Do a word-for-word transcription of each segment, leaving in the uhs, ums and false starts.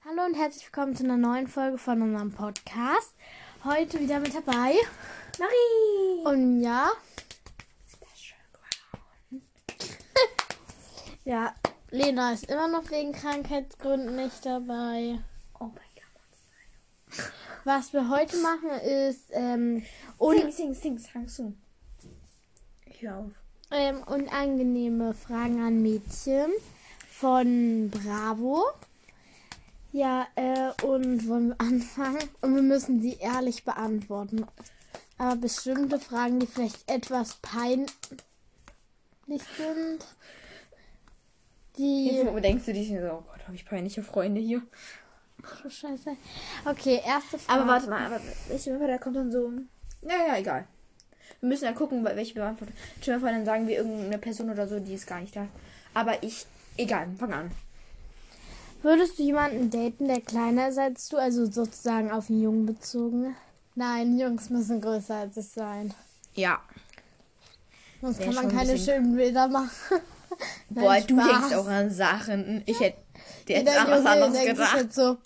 Hallo und herzlich willkommen zu einer neuen Folge von unserem Podcast. Heute wieder mit dabei Marie und ja. Ja, Lena ist immer noch wegen Krankheitsgründen nicht dabei. Oh mein Gott. Was wir heute machen ist ähm, un Sing, sing, sing, sing, sing. Hör auf. ähm, unangenehme Fragen an Mädchen von Bravo. Ja, äh, und wollen wir anfangen? Und wir müssen sie ehrlich beantworten. Aber bestimmte Fragen, die vielleicht etwas peinlich sind, die... Jetzt wo denkst du dich so, oh Gott, habe ich peinliche Freunde hier. Oh, Scheiße. Okay, erste Frage. Aber warte mal, aber welche da kommt dann so... Ja, ja, egal. Wir müssen ja gucken, welche wir beantworten. Stell dir mal vor, dann sagen wir irgendeine Person oder so, die ist gar nicht da. Aber ich... Egal, fang an. Würdest du jemanden daten, der kleiner ist als du, also sozusagen auf einen Jungen bezogen? Nein, Jungs müssen größer als ich sein. Ja. Sonst Wär kann man schon ein keine bisschen- schönen Bilder machen. Nein, Boah, du Spaß. denkst auch an Sachen. Ich hätte dir jetzt Jeder an was Junge anderes denkt sich gedacht. jetzt so.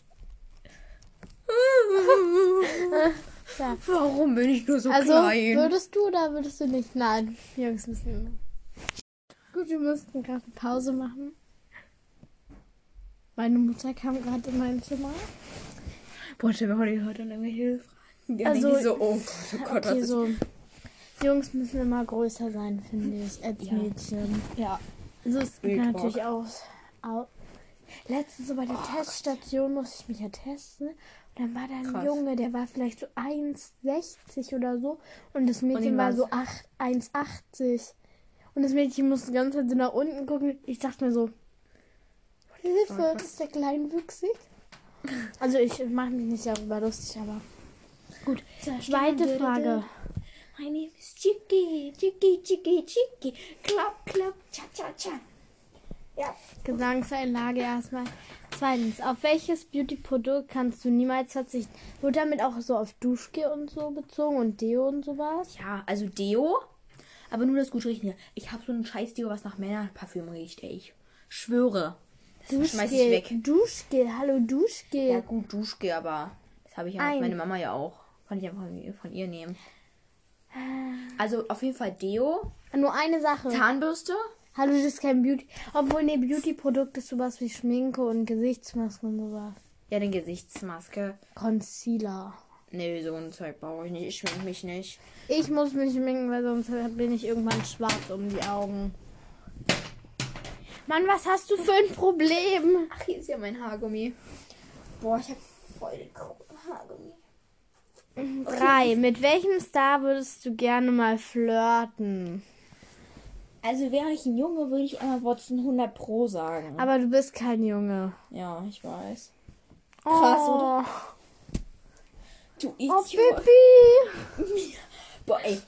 Ja. Warum bin ich nur so Also, klein? würdest du oder würdest du nicht? Nein, Jungs müssen immer. Gut, wir mussten gerade Pause machen. Meine Mutter kam gerade in mein Zimmer. Boah, stell mir vor, die hört dann irgendwelche Fragen. Die Also, also, so, oh Gott, oh Gott, was Okay, ist... so. Jungs müssen immer größer sein, finde ich, als Ja. Mädchen. Ja. Also, es gibt Real natürlich Talk. auch, auch. Letztens so bei der Teststation musste ich mich ja testen. Und dann war da ein Krass. Junge, der war vielleicht so eins sechzig oder so. Und das Mädchen ihm war war's- so acht- eins achtzig. Und das Mädchen musste die ganze Zeit so nach unten gucken. Ich dachte mir so, Hilfe, krass. ist der kleinwüchsig? Also ich mache mich nicht darüber lustig, aber gut. Zweite Frage. My name is Chicky, Chicky, Chicky, Chicky. Klapp, klapp, cha, cha, cha. Ja. Gesangseinlage erstmal. Zweitens, auf welches Beauty-Produkt kannst du niemals verzichten? Wird damit auch so auf Duschgel und so bezogen und Deo und sowas? Ja, also Deo, aber nur das gut riechende. Ich habe so ein scheiß Deo, was nach Männerparfüm riecht, ey. Ich schwöre. Das schmeiß ich weg. Duschgel, hallo Duschgel. Ja gut, Duschgel, aber das habe ich ja, Ein- meine Mama ja auch. Kann ich einfach von ihr- von ihr nehmen. Also auf jeden Fall Deo, Nur eine Sache. Zahnbürste. Hallo, das ist kein Beauty. Obwohl, ne, Beauty-Produkt ist sowas wie Schminke und Gesichtsmasken und sowas. Ja, den Gesichtsmaske. Concealer. Nee, so ein Zeug brauche ich nicht. Ich schmink mich nicht. Ich muss mich schminken, weil sonst bin ich irgendwann schwarz um die Augen. Mann, was hast du für ein Problem? Ach, hier ist ja mein Haargummi. Boah, ich habe voll den Haargummi. Drei. Mit welchem Star würdest du gerne mal flirten? Also wäre ich ein Junge, würde ich Emma Watson hundert Pro sagen. Aber du bist kein Junge. Ja, ich weiß. Oh, Krass, oder? Du Oh, Idiot. Bibi. Boah, ey.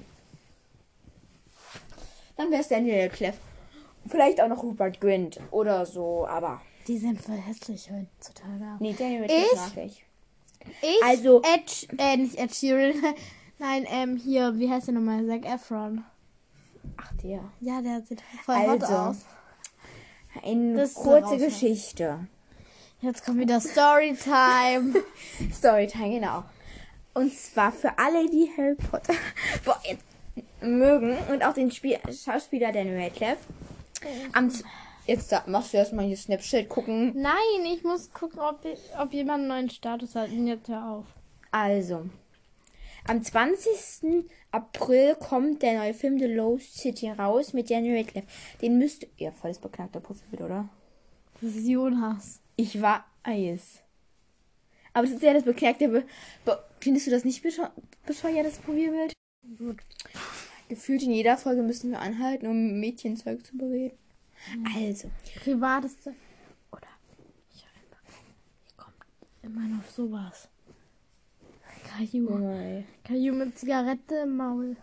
Dann wär's Daniel Radcliffe. Vielleicht auch noch Rupert Grint oder so, aber... Die sind voll hässlich heutzutage. Nee, Daniel Radcliffe Ich? mag ich. Ich, Also- Ed, äh, nicht Ed Sheeran. Nein, ähm, hier, wie heißt der nochmal? Zac Efron. Ach, der. Ja, der sieht voll hot Also. aus. Eine Das ist kurze eine Geschichte. Jetzt kommt wieder Storytime. Storytime, genau. Und zwar für alle, die Harry Potter boah, jetzt mögen und auch den Spiel Schauspieler Daniel Radcliffe. Am Z- jetzt da, machst du erstmal hier Snapchat gucken. Nein, ich muss gucken, ob, ich, ob jemand einen neuen Status hat. Und jetzt hör auf. Also, am zwanzigsten April kommt der neue Film The Lost City raus mit Daniel Radcliffe. Den müsst ihr... Ja, volles beknackter Profilbild, oder? Das ist Jonas. Ich weiß. Aber das ist ja das beknackte... Be Be Findest du das nicht bescheu- bescheuert, das Profilbild? Gut. Gefühlt in jeder Folge müssen wir anhalten, um Mädchenzeug zu bereden. Also, Privateste. Oder ich einfach. Ich komme immer noch sowas. Kaju. Junge, Kaju mit Zigarette im Maul.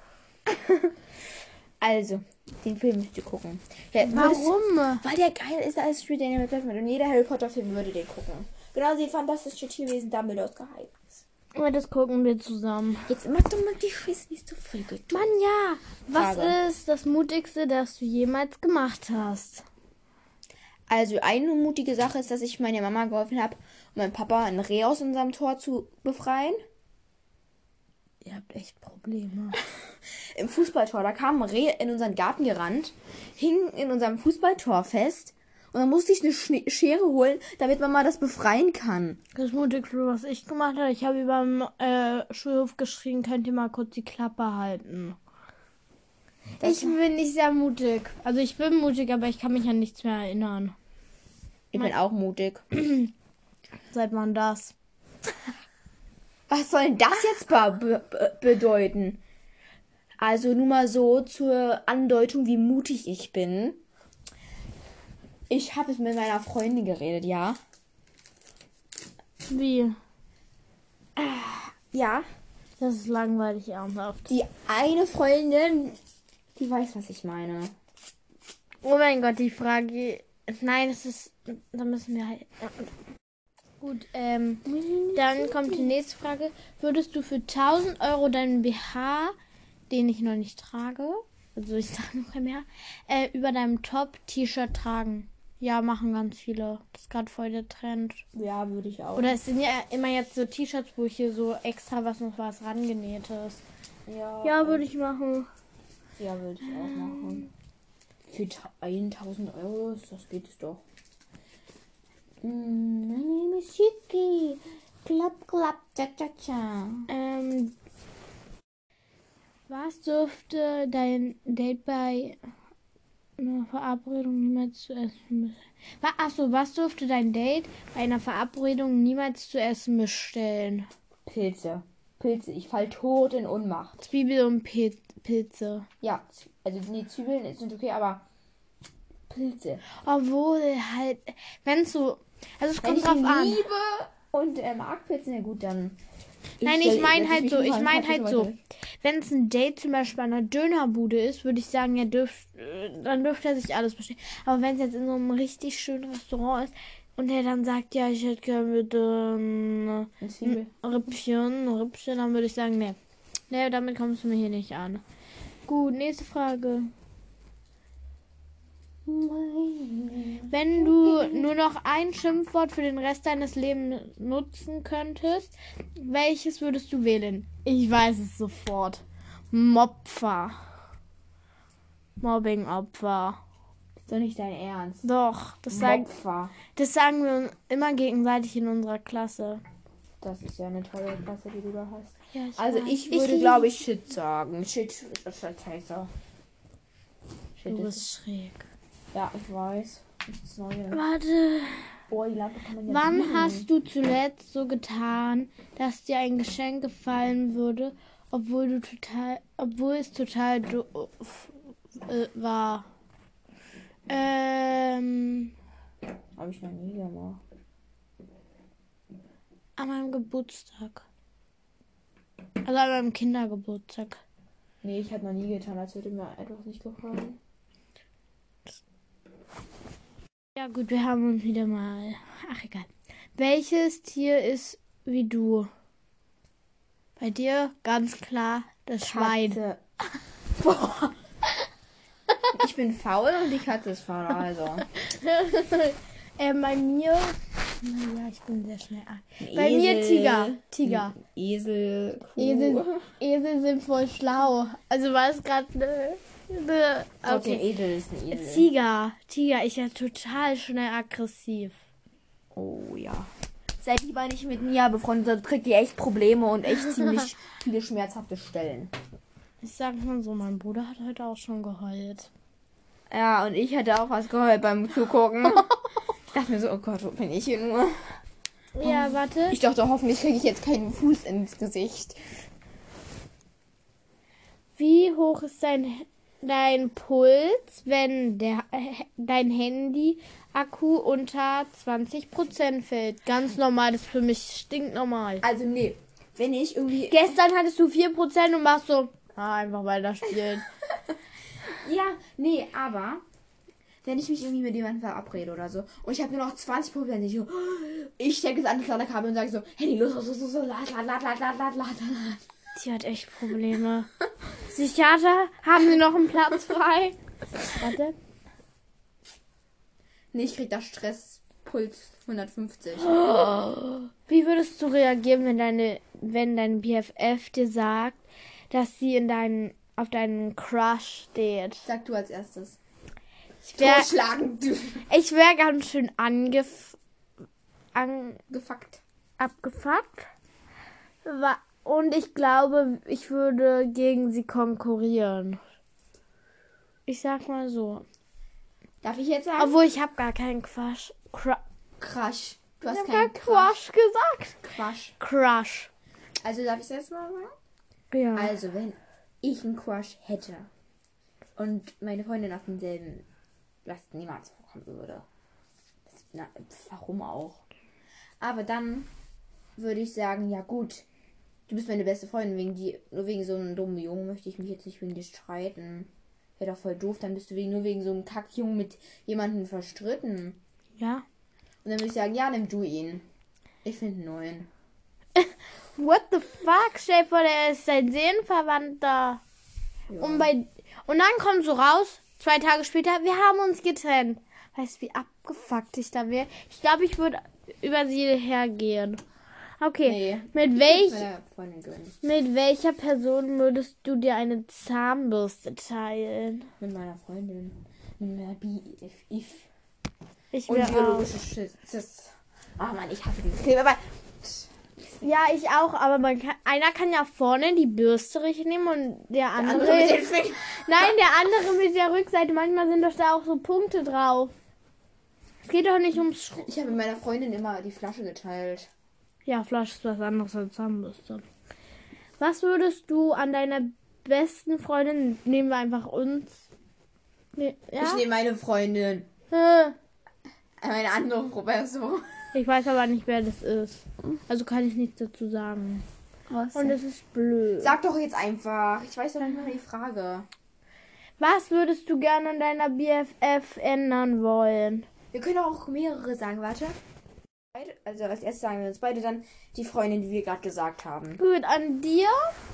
also, den Film müsst ihr gucken. Ja, würdest- Warum? Weil der geil ist als Street Daniel Radcliffe und jeder Harry Potter Film würde den gucken. Genauso wie fantastische Tierwesen Dumbledores Geheimnis. Aber das gucken wir zusammen. Jetzt mach doch mal die Scheiße nicht so viel. Mann, ja. Was Frage. ist das Mutigste, das du jemals gemacht hast? Also eine mutige Sache ist, dass ich meiner Mama geholfen habe, um meinem Papa ein Reh aus unserem Tor zu befreien. Ihr habt echt Probleme. Im Fußballtor, da kam ein Reh in unseren Garten gerannt, hing in unserem Fußballtor fest und dann musste ich eine Schne- Schere holen, damit man mal das befreien kann. Das Mutigste, was ich gemacht habe, ich habe über dem äh, Schulhof geschrien, könnt ihr mal kurz die Klappe halten. Das ich bin nicht sehr mutig. Also ich bin mutig, aber ich kann mich an nichts mehr erinnern. Ich bin auch mutig. Seit man das. Was soll denn das jetzt be- be- bedeuten? Also nur mal so zur Andeutung, wie mutig ich bin. Ich habe jetzt mit meiner Freundin geredet, ja. Wie? Ja. Das ist langweilig ernsthaft. Die eine Freundin, die weiß, was ich meine. Oh mein Gott, die Frage. Nein, es ist. Da müssen wir halt. Gut, ähm. Dann kommt die nächste Frage. Würdest du für tausend Euro deinen B H, den ich noch nicht trage, also ich trage noch kein B H, äh, über deinem Top-T-Shirt tragen? Ja, machen ganz viele. Das ist gerade voll der Trend. Ja, würde ich auch. Oder es sind ja immer jetzt so T-Shirts, wo hier so extra was noch was rangenäht ist. Ja, Ja, würde ich machen. Ja, würde ich auch machen. Für tausend Euro, das geht es doch. Mm, my name is Chicky. Klapp, klapp, cha, cha, cha. Ähm, was dürfte dein Date bei einer Verabredung niemals zu essen? Achso, was dürfte dein Date bei einer Verabredung niemals zu essen bestellen? Pilze. Pilze. Ich fall tot in Ohnmacht. Zwiebel und Pil- Pilze. Ja, also die Zwiebeln sind okay, aber Pilze. Obwohl halt, wenn es so, also es Wenn kommt ich drauf die an. liebe und äh, mag Pilze, na gut, dann... Nein, stell- ich meine setz halt mich so, hin, ich halt meine schon halt mal so, durch. wenn es ein Date zum Beispiel an einer Dönerbude ist, würde ich sagen, ja, dürft, äh, dann dürfte er sich alles bestellen. Aber wenn es jetzt in so einem richtig schönen Restaurant ist und er dann sagt, ja, ich hätte gerne bitte ein Eine Zwiebel. Rippchen, ein Rippchen, dann würde ich sagen, nee. Nee, damit kommst du mir hier nicht an. Gut, nächste Frage. Wenn du nur noch ein Schimpfwort für den Rest deines Lebens nutzen könntest, welches würdest du wählen? Ich weiß es sofort. Mopfer. Mobbing-Opfer. Ist doch nicht dein Ernst. Doch, das sagen, Opfer. das sagen wir immer gegenseitig in unserer Klasse. Das ist ja eine tolle Klasse, die du da hast. Ja, ich Also weiß. ich würde, glaube ich, Shit sagen. Shit, Shit, Scheiße. Shit Du ist... bist schräg. Ja, ich weiß. Nichts Neues. Warte. Boah, die Lampe kann man ja Wann drehen. hast du zuletzt so getan, dass dir ein Geschenk gefallen würde, obwohl du total, obwohl es total doof äh, war? Ähm, Habe ich noch nie gemacht. an meinem Geburtstag. Also an meinem Kindergeburtstag. Nee, ich habe noch nie getan, als würde mir etwas nicht gefallen. Ja gut, wir haben uns wieder mal... Ach, egal. Welches Tier ist wie du? Bei dir ganz klar das Schwein. Katze. Boah. Ich bin faul und die Katze ist faul, also. äh, bei mir... Naja, ich bin sehr schnell. Ein Bei mir Esel, Tiger. Tiger. ein Esel, Kuh. Esel, Esel sind voll schlau. Also war es gerade eine... Ne, Okay, okay. Esel ist ein Esel. Tiger. Tiger. Ich werde total schnell aggressiv. Oh ja. Seid lieber nicht mit Nia befreundet, sonst kriegt ihr echt Probleme und echt ziemlich viele schmerzhafte Stellen. Ich sag mal so, mein Bruder hat heute auch schon geheult. Ja, und ich hätte auch was geheult beim Zugucken. Ich dachte mir so, oh Gott, wo bin ich hier nur? Ja, warte. Ich dachte, hoffentlich kriege ich jetzt keinen Fuß ins Gesicht. Wie hoch ist dein, dein Puls, wenn der, äh, dein Handy-Akku unter zwanzig Prozent fällt? Ganz normal, das ist für mich stinknormal. Also nee, wenn ich irgendwie... Gestern hattest du vier Prozent und machst so, ah, einfach weiterspielen. Ja, nee, aber wenn ich mich irgendwie mit jemandem verabrede oder so und ich habe nur noch zwanzig Prozent, ich, so, ich stecke es an das Ladekabel und sage so, Handy, los, los, los, los, los, lad, lad, lad, lad, lad, lad, lad. Die hat echt Probleme. Psychiater, haben Sie noch einen Platz frei? Warte. Nee, ich krieg da Stresspuls hundertfünfzig. Wie würdest du reagieren, wenn deine, wenn dein B F F dir sagt, dass sie in deinen, auf deinen Crush steht? Sag du als erstes. Ich wäre Totschlagen, du. ich wär ganz schön angef, an, Gefuckt. abgefuckt. Wa- Und ich glaube, ich würde gegen sie konkurrieren. Ich sag mal so. Darf ich jetzt sagen? Obwohl, ich habe gar keinen Crush. Cru Crush. Du ich hast habe keinen gar Crush gesagt. Crush. Crush. Also darf ich das jetzt mal sagen? Ja. Also, wenn ich einen Crush hätte und meine Freundin auf denselben, was niemals vorkommen würde. Das, na, warum auch? Aber dann würde ich sagen, ja gut, du bist meine beste Freundin, wegen die, nur wegen so einem dummen Jungen möchte ich mich jetzt nicht wegen dir streiten. Wäre doch voll doof, dann bist du wegen, nur wegen so einem Kackjungen mit jemandem verstritten. Ja. Und dann würde ich sagen, ja, nimm du ihn. Ich finde einen neuen. What the fuck? Stell dir vor, der ist dein Seelenverwandter. Ja. Und, bei, und dann kommt so raus, zwei Tage später, wir haben uns getrennt. Weißt du, wie abgefuckt ich da wäre? Ich glaube, ich würde über sie hergehen. Okay, Nee, mit, ich welch, würd's meiner Freundin gönnen. mit welcher Person würdest du dir eine Zahnbürste teilen? Mit meiner Freundin. Mit meiner B F F. Ich Und wär auch. biologische Shit. Das. Ach man, ich hasse dieses Klebe. Aber Ja, ich auch, aber man kann, einer kann ja vorne die Bürste richtig nehmen und der andere. andere mit den Fingern. Nein, der andere mit der Rückseite. Manchmal sind doch da auch so Punkte drauf. Es geht doch nicht ums Schru Ich habe mit meiner Freundin immer die Flasche geteilt. Ja, Flasche ist was anderes als Zahnbürste. Was würdest du an deiner besten Freundin, nehmen wir einfach uns. Ne, ja? Ich nehme meine Freundin. Äh, Meine andere Professor. Ich weiß aber nicht, wer das ist. Also kann ich nichts dazu sagen. Und es ist blöd. Sag doch jetzt einfach. Ich weiß doch nicht mal die Frage. Was würdest du gerne an deiner B F F ändern wollen? Wir können auch mehrere sagen, warte. Beide, also als erstes sagen wir uns beide dann die Freundin, die wir gerade gesagt haben. Gut, an dir?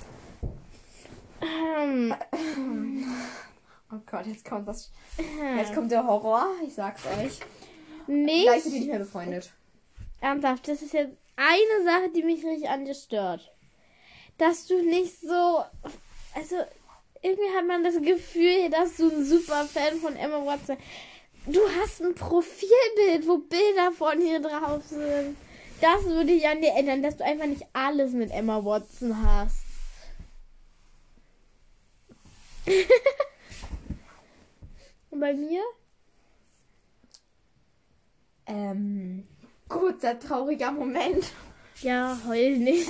Ähm, Oh Gott, jetzt kommt das. Jetzt kommt der Horror. Ich sag's euch. nicht. Gleich sind wir nicht mehr befreundet. Ernsthaft, das ist jetzt eine Sache, die mich richtig an dir stört. Dass du nicht so. Also, irgendwie hat man das Gefühl, dass du ein super Fan von Emma Watson. Du hast ein Profilbild, wo Bilder von ihr drauf sind. Das würde ich an dir ändern, dass du einfach nicht alles mit Emma Watson hast. Und bei mir? Ähm, kurzer trauriger Moment. Ja, heul nicht.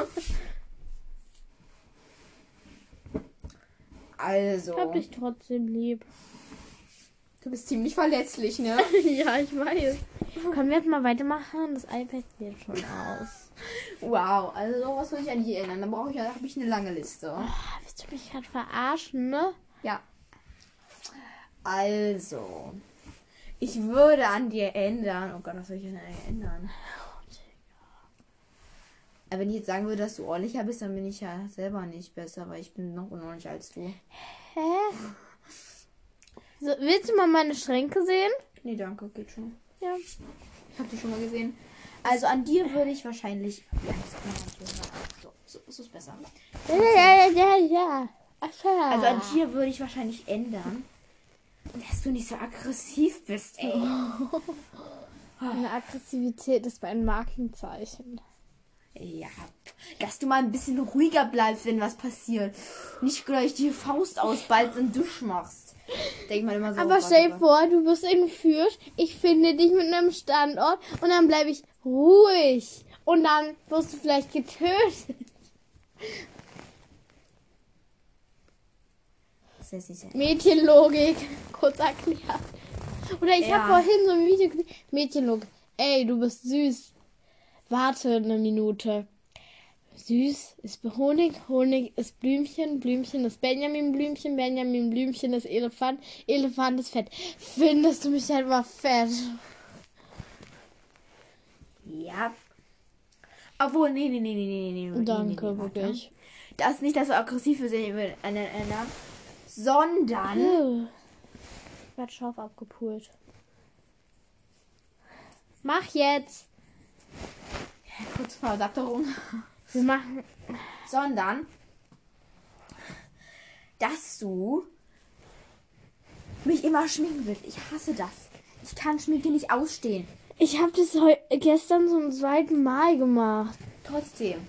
Also, Ich hab dich trotzdem lieb. du bist ziemlich verletzlich, ne? Ja, ich weiß. Können wir jetzt mal weitermachen? Das iPad geht schon aus. Wow, also was soll ich an die erinnern? Dann brauche ich, habe ich eine lange Liste. Ah, willst du mich gerade verarschen, ne? Ja. Also, ich würde an dir ändern. Oh Gott, was soll ich an dir ändern? Aber wenn ich jetzt sagen würde, dass du ordentlicher bist, dann bin ich ja selber nicht besser, weil ich bin noch unordentlicher als du. Hä? So, willst du mal meine Schränke sehen? Nee, danke, geht schon. Ja. Ich habe die schon mal gesehen. Also an dir würde ich wahrscheinlich... Ja, das kann man natürlich mal- so, so, so ist besser. Ja, ja, ja, ja. Ach ja. Also an dir würde ich wahrscheinlich ändern, dass du nicht so aggressiv bist, ey. Meine Aggressivität ist mein Markenzeichen. Ja, dass du mal ein bisschen ruhiger bleibst, wenn was passiert. Nicht gleich die Faust ausballst und Dusch machst. Denkt man immer so. Aber oh stell dir Gott, vor, du wirst entführt, ich finde dich mit einem Standort und dann bleibe ich ruhig. Und dann wirst du vielleicht getötet. das ist nicht Mädchenlogik, kurz erklärt. Oder ich Ja. habe vorhin so ein Video gesehen. Mädchenlogik. Ey, du bist süß. Warte eine Minute. Süß ist Honig, Honig ist Blümchen, Blümchen ist Benjamin Blümchen, Benjamin Blümchen ist Elefant, Elefant ist fett. Findest du mich einfach fett? Ja. Obwohl, nee, nee, nee, nee, nee, nee, nee. Danke, nee, nee, warte. wirklich. Das ist nicht, dass du aggressiv bist, ändern, sondern Ich werd scharf abgepult. Mach jetzt. Ja, kurz vor Adapterung. Wir machen. Sondern, dass du mich immer schminken willst. Ich hasse das. Ich kann Schminke nicht ausstehen. Ich habe das heu gestern zum zweiten Mal gemacht. Trotzdem.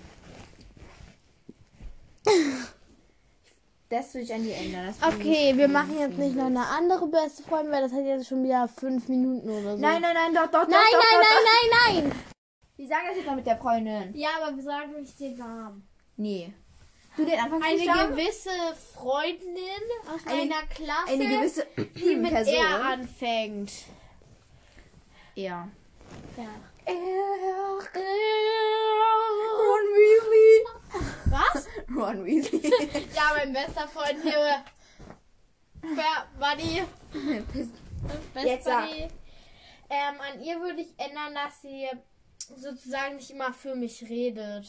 Das würde ich an dir ändern. Das würde Okay, ich- wir machen jetzt nicht noch eine andere beste Freundin, weil das hat jetzt schon wieder fünf Minuten oder so. Nein, nein, nein, doch, doch, nein, doch, nein, doch, nein, doch. nein, nein. Wir sagen das jetzt mal mit der Freundin. Ja, aber wir sagen nicht den Namen. Nee. Du den Eine Anfangsbuchstaben? gewisse Freundin aus Eine- meiner Klasse, Eine gewisse die mit Person. R anfängt. Ja. Ja. Er. Ron Weasley. Was? Ron Weasley. Ja, mein bester Freund hier. Wer Buddy? Best Jetzt sag. Buddy. Ähm, an ihr würde ich ändern, dass sie sozusagen nicht immer für mich redet.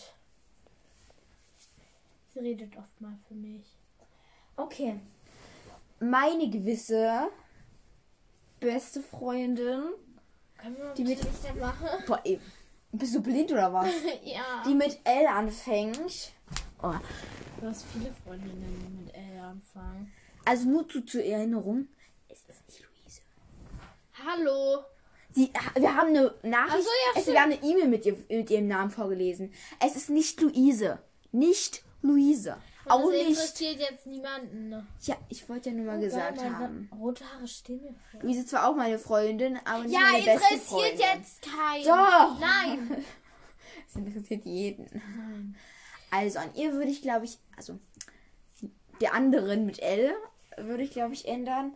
Sie redet oft mal für mich. Okay. Meine gewisse beste Freundin, Können wir Die die mit- mit nicht dann machen? boah, ey, bist du blind oder was? Ja. Die mit L anfängt. Oh. Du hast viele Freundinnen, die mit L anfangen. Also nur zu, zur Erinnerung, es ist nicht Luise. Hallo. Die, wir haben eine Nachricht, Ach so, ja, es, stimmt. wir haben eine E-Mail mit, ihr, mit ihrem Namen vorgelesen. Es ist nicht Luise. Nicht Luise. Und Auch das nicht. interessiert jetzt niemanden. Ne? Ja, ich wollte ja nur mal Oh, gesagt geil, meine haben. Rote Haare stehen mir vor. Luise ist zwar auch meine Freundin, aber nicht Ja, meine beste interessiert Freundin. jetzt keinen. Doch. Nein. Es interessiert jeden. Nein. Also an ihr würde ich, glaube ich, also der anderen mit L würde ich, glaube ich, ändern.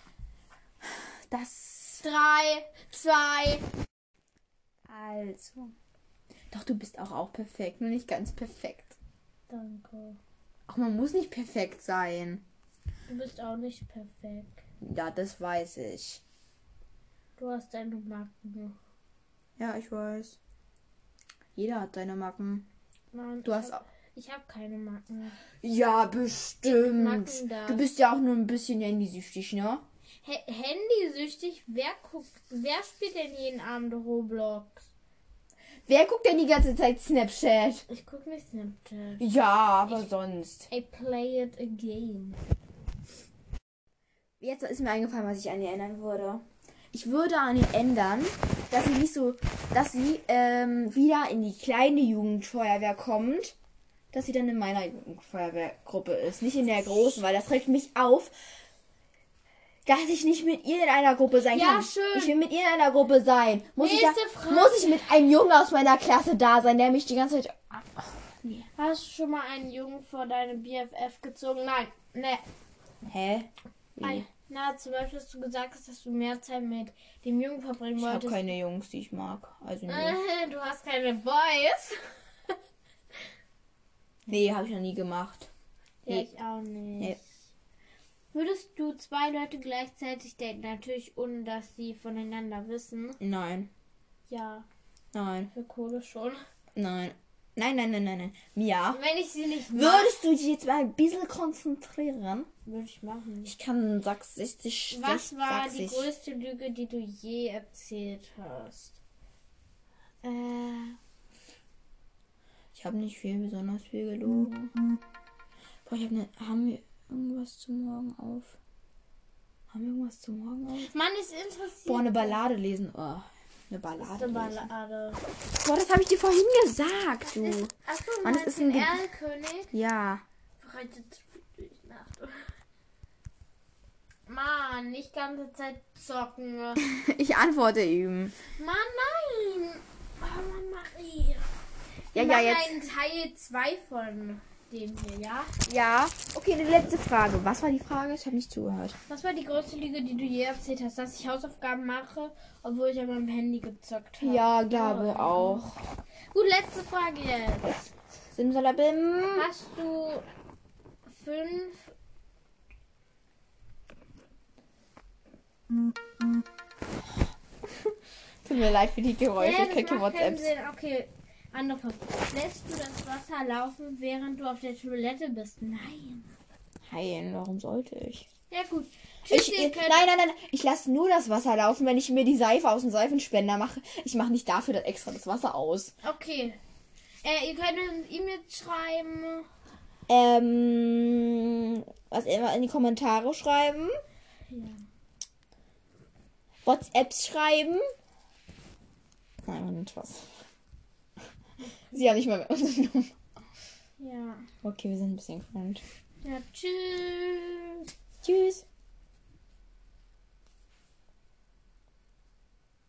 Das. Drei, zwei. Also. Doch, du bist auch, auch perfekt, nur nicht ganz perfekt. Danke. Auch man muss nicht perfekt sein. Du bist auch nicht perfekt. Ja, das weiß ich. Du hast deine Macken. Ja, ich weiß. Jeder hat seine Macken. Nein, Du ich hast hab, auch. ich habe keine Macken. Ja, bestimmt. Macken das. Du bist ja auch nur ein bisschen handysüchtig, ne? H Handysüchtig? Wer guckt, wer spielt denn jeden Abend Roblox? Wer guckt denn die ganze Zeit Snapchat? Ich guck nicht Snapchat. Ja, aber sonst. I play it again. Jetzt ist mir eingefallen, was ich an ihr ändern würde. Ich würde an ihr ändern, dass sie nicht so, dass sie ähm, wieder in die kleine Jugendfeuerwehr kommt, dass sie dann in meiner Jugendfeuerwehrgruppe ist, nicht in der großen, weil das regt mich auf, dass ich nicht mit ihr in einer Gruppe sein Ja, kann. schön. Ich will mit ihr in einer Gruppe sein. Muss ich, da, Nächste Frage. muss ich mit einem Jungen aus meiner Klasse da sein, der mich die ganze Zeit... Ach, nee. Hast du schon mal einen Jungen vor deine B F F gezogen? Nein. Ne. Hä? Wie? Ein- Na, zum Beispiel hast du gesagt, hast, dass du mehr Zeit mit dem Jungen verbringen Ich habe wolltest. keine Jungs, die ich mag. Also nee. Äh, du hast keine Boys. Nee, habe ich noch nie gemacht. Ja, Nee. ich auch nicht. Nee. Würdest du zwei Leute gleichzeitig daten? Natürlich ohne, dass sie voneinander wissen. Nein. Ja, Nein. für Kohle schon. Nein. Nein, nein, nein, nein, nein. Mia, Wenn ich sie nicht mag, würdest du dich jetzt mal ein bisschen konzentrieren? würde ich machen. Ich kann sächsisch. Was war die sächsisch. größte Lüge, die du je erzählt hast? Äh, Ich habe nicht viel, besonders viel gelogen. Boah, ich hab ne, haben wir irgendwas zum Morgen auf? Haben wir irgendwas zum Morgen auf? Mann, ist interessiert. Boah, eine Ballade lesen. Oh, eine Das Ballade ist eine lesen. Ballade. Boah, das habe ich dir vorhin gesagt, du. Achso, Mann, das ist ein Ge- Erlkönig. Ja. Bereitet durch Nacht. Mann, nicht ganze Zeit zocken. Mann, Ich antworte ihm. nein. Oh Mann, Marie. Ja, Wir ja, machen jetzt. einen Teil zwei von dem hier, ja? Ja. Okay, die letzte Frage. Was war die Frage? Ich habe nicht zugehört. Was war die größte Lüge, die du je erzählt hast? Dass ich Hausaufgaben mache, obwohl ich an meinem Handy gezockt habe. Ja, glaube Oh. auch. Gut, letzte Frage jetzt. Simsalabim. Hast du fünf... Tut mir leid für die Geräusche. Ja, ich kriege das macht keinen WhatsApps. Sinn. Okay, andere Frage. Lässt du das Wasser laufen, während du auf der Toilette bist? Nein. Nein, warum sollte ich? Ja, gut. Tschüss, Ich, ihr ich, könnt- nein, nein, nein. Ich lasse nur das Wasser laufen, wenn ich mir die Seife aus dem Seifenspender mache. Ich mache nicht dafür das extra das Wasser aus. Okay. Äh, ihr könnt uns E-Mails schreiben. Ähm, was immer in die Kommentare schreiben. Ja. WhatsApps schreiben. Nein, nicht was. Sie haben nicht mal mehr unsere Nummer. Ja. Okay, wir sind ein bisschen cringe. Ja, tschüss. Tschüss.